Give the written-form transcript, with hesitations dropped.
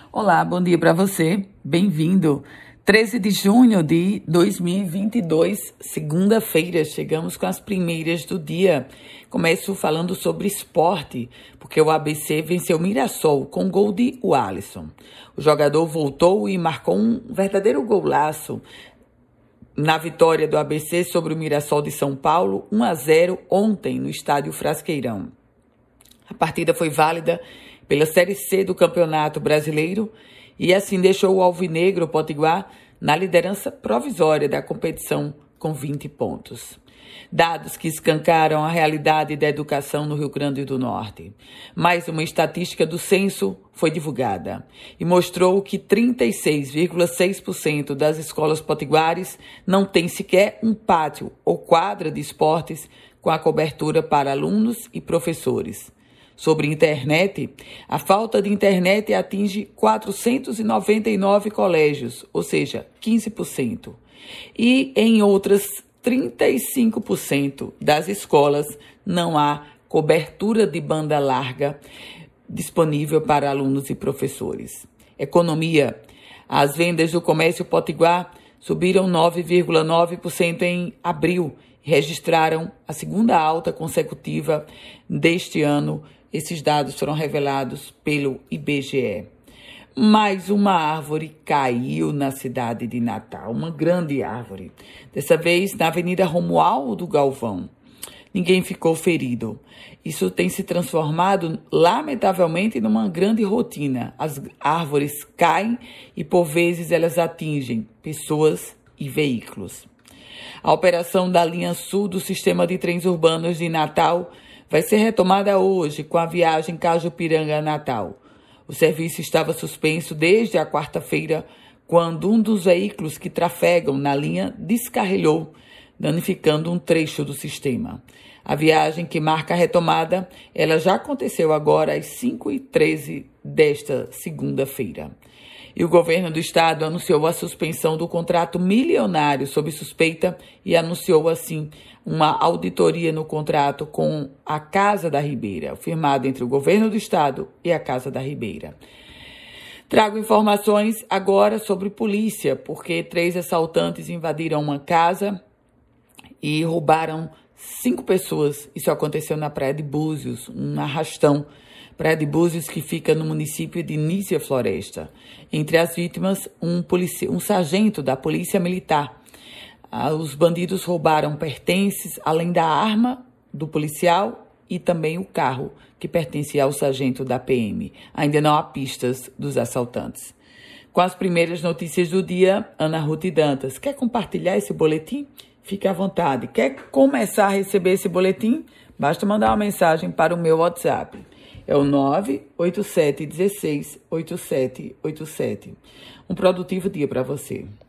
Olá, bom dia para você. Bem-vindo. 13 de junho de 2022, segunda-feira, chegamos com as primeiras do dia. Começo falando sobre esporte, porque o ABC venceu o Mirassol com gol de Alisson. O jogador voltou e marcou um verdadeiro golaço na vitória do ABC sobre o Mirassol de São Paulo, 1-0 ontem no estádio Frasqueirão. A partida foi válida pela Série C do Campeonato Brasileiro e assim deixou o Alvinegro Potiguar na liderança provisória da competição com 20 pontos. Dados que escancaram a realidade da educação no Rio Grande do Norte. Mais uma estatística do censo foi divulgada e mostrou que 36,6% das escolas potiguares não têm sequer um pátio ou quadra de esportes com a cobertura para alunos e professores. Sobre internet, a falta de internet atinge 499 colégios, ou seja, 15%. E em outras 35% das escolas não há cobertura de banda larga disponível para alunos e professores. Economia. As vendas do comércio potiguar subiram 9,9% em abril e registraram a segunda alta consecutiva deste ano. Esses dados foram revelados pelo IBGE. Mais uma árvore caiu na cidade de Natal, uma grande árvore. Dessa vez na Avenida Romualdo Galvão. Ninguém ficou ferido. Isso tem se transformado, lamentavelmente, numa grande rotina. As árvores caem e, por vezes, elas atingem pessoas e veículos. A operação da linha sul do sistema de trens urbanos de Natal vai ser retomada hoje com a viagem Cajupiranga-Natal. O serviço estava suspenso desde a quarta-feira, quando um dos veículos que trafegam na linha descarrilhou, danificando um trecho do sistema. A viagem que marca a retomada, ela já aconteceu agora às 5h13 desta segunda-feira. E o governo do estado anunciou a suspensão do contrato milionário sob suspeita e anunciou, assim, uma auditoria no contrato com a Casa da Ribeira, firmado entre o governo do estado e a Casa da Ribeira. Trago informações agora sobre polícia, porque 3 assaltantes invadiram uma casa e roubaram 5 pessoas. Isso aconteceu na Praia de Búzios, um arrastão. Praia de Búzios, que fica no município de Nícia Floresta. Entre as vítimas, um sargento da Polícia Militar. Os bandidos roubaram pertences, além da arma do policial e também o carro que pertencia ao sargento da PM. Ainda não há pistas dos assaltantes. Com as primeiras notícias do dia, Ana Ruth Dantas. Quer compartilhar esse boletim? Fique à vontade. Quer começar a receber esse boletim? Basta mandar uma mensagem para o meu WhatsApp. É o 987168787. Um produtivo dia para você.